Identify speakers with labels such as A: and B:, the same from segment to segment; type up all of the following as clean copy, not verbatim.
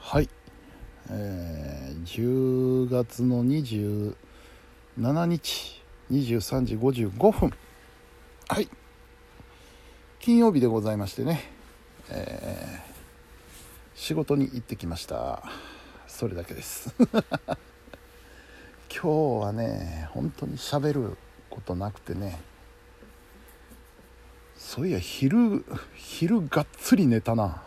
A: はい、10月の27日23時55分、はい、金曜日でございましてね、仕事に行ってきました。それだけです今日はね本当に喋ることなくてね、そういや昼がっつり寝たな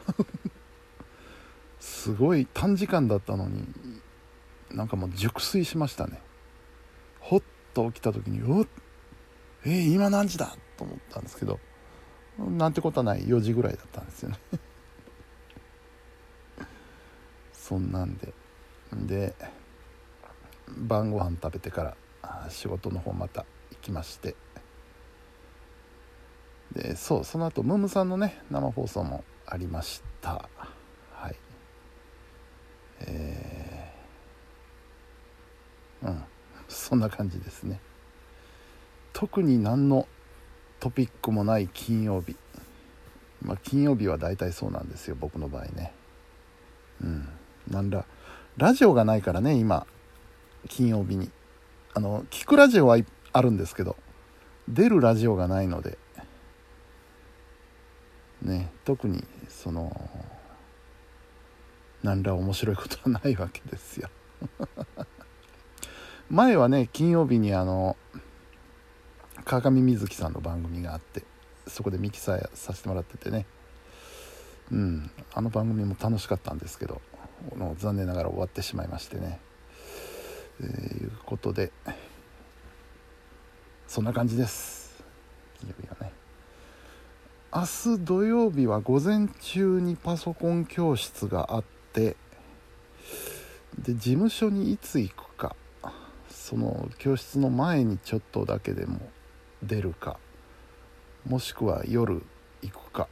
A: すごい短時間だったのになんかもう熟睡しましたね。ほっと起きた時に今何時だと思ったんですけど、なんてことはない4時ぐらいだったんですよねそんなんで晩ご飯食べてから仕事の方また行きまして、でその後ムームさんのね生放送もありました。はい、そんな感じですね。特に何のトピックもない金曜日、金曜日は大体そうなんですよ、僕の場合ね。ラジオがないからね、今金曜日に聞くラジオはあるんですけど、出るラジオがないのでね、特に何ら面白いことはないわけですよ前はね金曜日に川上瑞希さんの番組があって、そこでミキサーさせてもらっててね、あの番組も楽しかったんですけど、残念ながら終わってしまいましてね、いうことでそんな感じです。金曜日はね。明日土曜日は午前中にパソコン教室があって、で事務所にいつ行くか、その教室の前にちょっとだけでも出るか、もしくは夜行くか、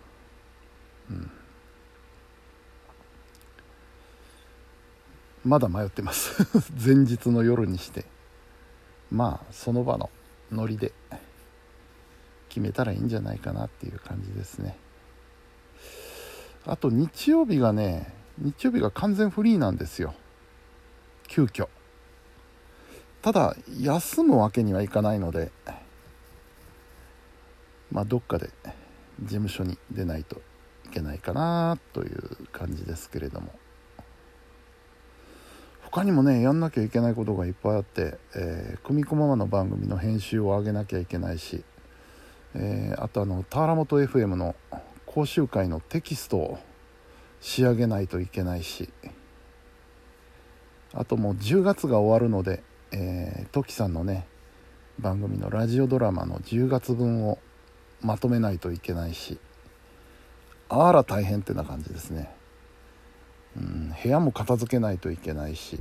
A: まだ迷ってます前日の夜にして、その場のノリで決めたらいいんじゃないかなっていう感じですね。あと日曜日が完全フリーなんですよ、急遽。ただ休むわけにはいかないので、どっかで事務所に出ないといけないかなという感じですけれども、他にもねやんなきゃいけないことがいっぱいあって、組子ママの番組の編集を上げなきゃいけないし、あと田原本 FM の講習会のテキストを仕上げないといけないし、あともう10月が終わるので、トキさんのね番組のラジオドラマの10月分をまとめないといけないし、あら大変ってな感じですね。部屋も片付けないといけないし、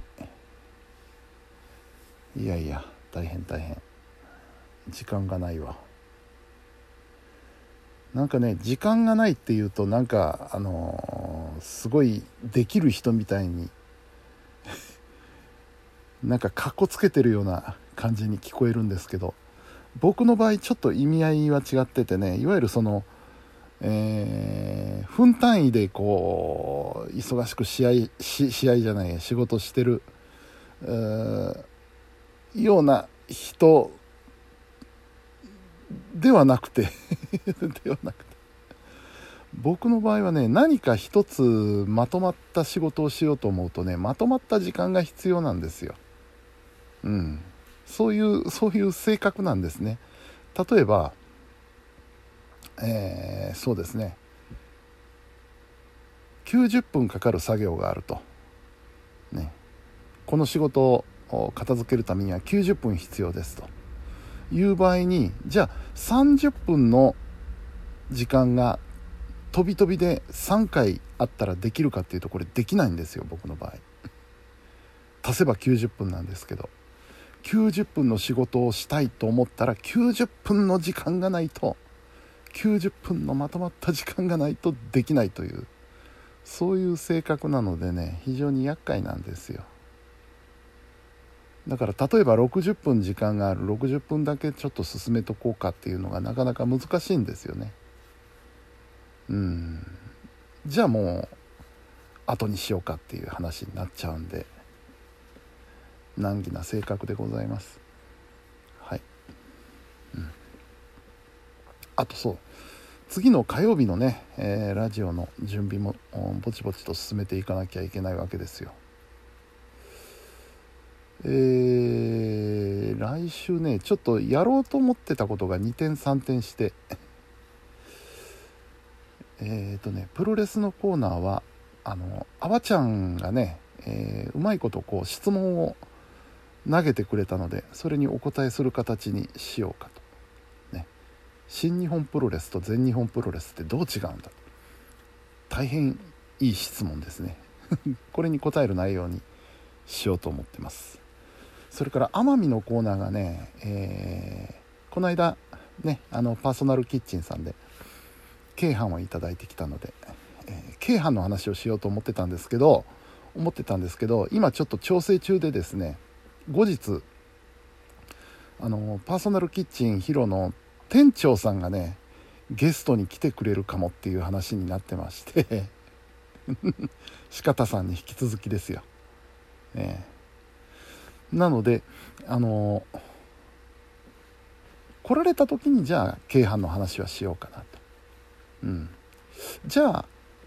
A: いや大変時間がないわ。なんかね時間がないっていうとすごいできる人みたいになんかカッコつけてるような感じに聞こえるんですけど、僕の場合ちょっと意味合いは違っててね、いわゆる分単位でこう忙しく仕事してるような人ではなくて僕の場合はね、何か一つまとまった仕事をしようと思うとね、まとまった時間が必要なんですよ。そういう性格なんですね。例えばそうですね、90分かかる作業があると、この仕事を片付けるためには90分必要ですという場合に、じゃあ30分の時間が飛び飛びで3回あったらできるかっていうと、これできないんですよ、僕の場合。足せば90分なんですけど、90分の仕事をしたいと思ったら90分の時間がないと、90分のまとまった時間がないとできないという、そういう性格なのでね、非常に厄介なんですよ。だから例えば60分時間がある、60分だけちょっと進めとこうかっていうのがなかなか難しいんですよね。じゃあもう後にしようかっていう話になっちゃうんで、難儀な性格でございます。はい、あとそう、次の火曜日のね、ラジオの準備もぼちぼちと進めていかなきゃいけないわけですよ。来週ね、ちょっとやろうと思ってたことが2点3点してプロレスのコーナーはあわちゃんがね、うまいことこう質問を投げてくれたので、それにお答えする形にしようかと、ね、新日本プロレスと全日本プロレスってどう違うんだ、大変いい質問ですねこれに答える内容にしようと思ってます。それから奄美のコーナーがね、この間ねパーソナルキッチンさんで京阪をいただいてきたので、京阪の話をしようと思ってたんですけど今ちょっと調整中でですね、後日パーソナルキッチンヒロの店長さんがねゲストに来てくれるかもっていう話になってまして四方さんに引き続きですよ、なので来られた時にじゃあ京阪の話はしようかなと、じゃあ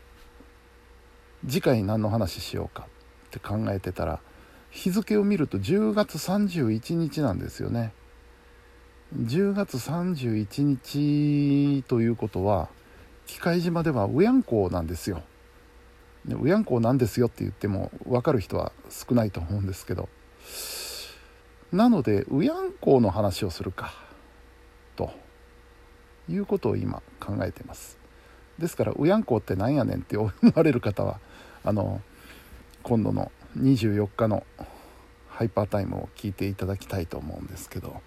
A: 次回何の話しようかって考えてたら、日付を見ると10月31日なんですよね。10月31日ということは喜界島ではうやんこなんですよ。うやんこなんですよって言っても分かる人は少ないと思うんですけど、なのでうやんこの話をするかということを今考えています。ですからうやんこってなんやねんって思われる方は今度の24日のハイパータイムを聞いていただきたいと思うんですけど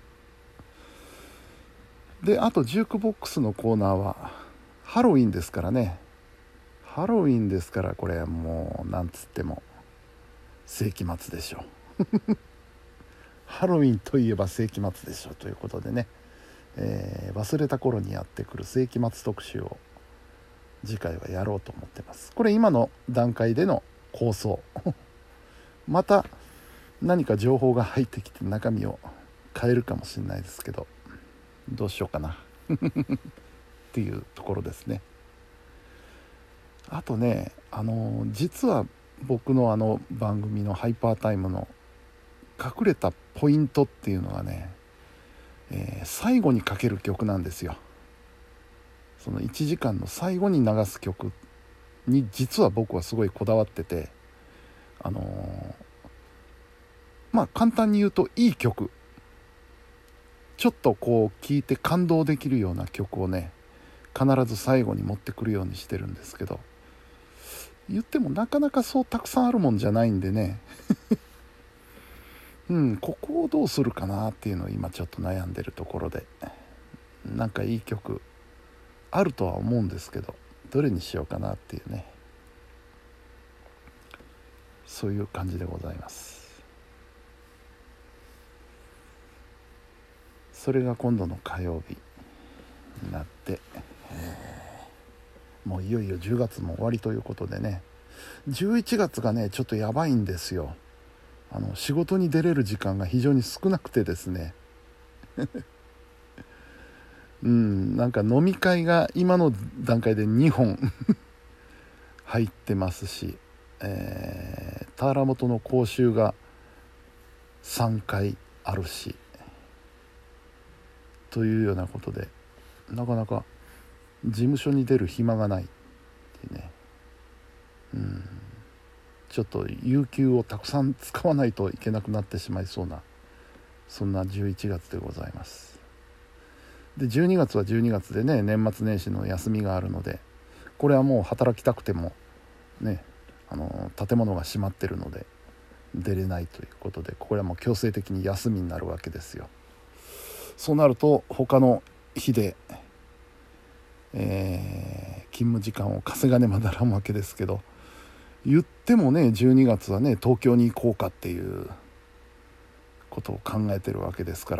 A: で、あとジュークボックスのコーナーはハロウィンですからね。ハロウィンですから、これもうなんつっても世紀末でしょハロウィンといえば世紀末でしょということでね、忘れた頃にやってくる世紀末特集を次回はやろうと思ってます。これ今の段階での構想また何か情報が入ってきて中身を変えるかもしれないですけど、どうしようかなっていうところですね。あとね、実は僕の番組のハイパータイムの隠れたポイントっていうのはね、最後にかける曲なんですよ。その1時間の最後に流す曲に実は僕はすごいこだわってて、簡単に言うといい曲、ちょっとこう聴いて感動できるような曲をね必ず最後に持ってくるようにしてるんですけど、言ってもなかなかそうたくさんあるもんじゃないんでねここをどうするかなっていうのを今ちょっと悩んでるところで、なんかいい曲あるとは思うんですけど、どれにしようかなっていうね、そういう感じでございます。それが今度の火曜日になって、もういよいよ10月も終わりということでね、11月がねちょっとやばいんですよ。仕事に出れる時間が非常に少なくてですねなんか飲み会が今の段階で2本入ってますし、田原本の講習が3回あるしというようなことで、なかなか事務所に出る暇がないってね、ちょっと有給をたくさん使わないといけなくなってしまいそうな、そんな11月でございます。で12月は12月でね、年末年始の休みがあるので、これはもう働きたくてもね、建物が閉まってるので出れないということで、これはもう強制的に休みになるわけですよ。そうなると他の日で、勤務時間を稼がねばならんわけですけど、言ってもね12月はね東京に行こうかっていうことを考えてるわけですから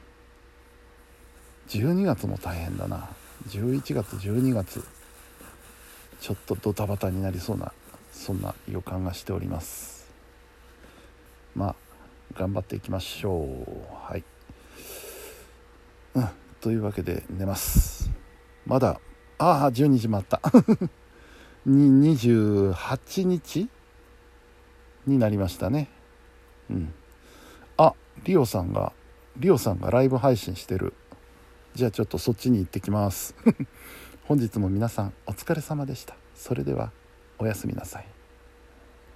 A: 、12月も大変だな。11月12月ちょっとドタバタになりそうなそんな予感がしております。まあ頑張っていきましょう。はい、というわけで寝ます。まだ12時回った28日になりましたね。リオさんがライブ配信してる。じゃあちょっとそっちに行ってきます本日も皆さんお疲れ様でした。それではおやすみなさい。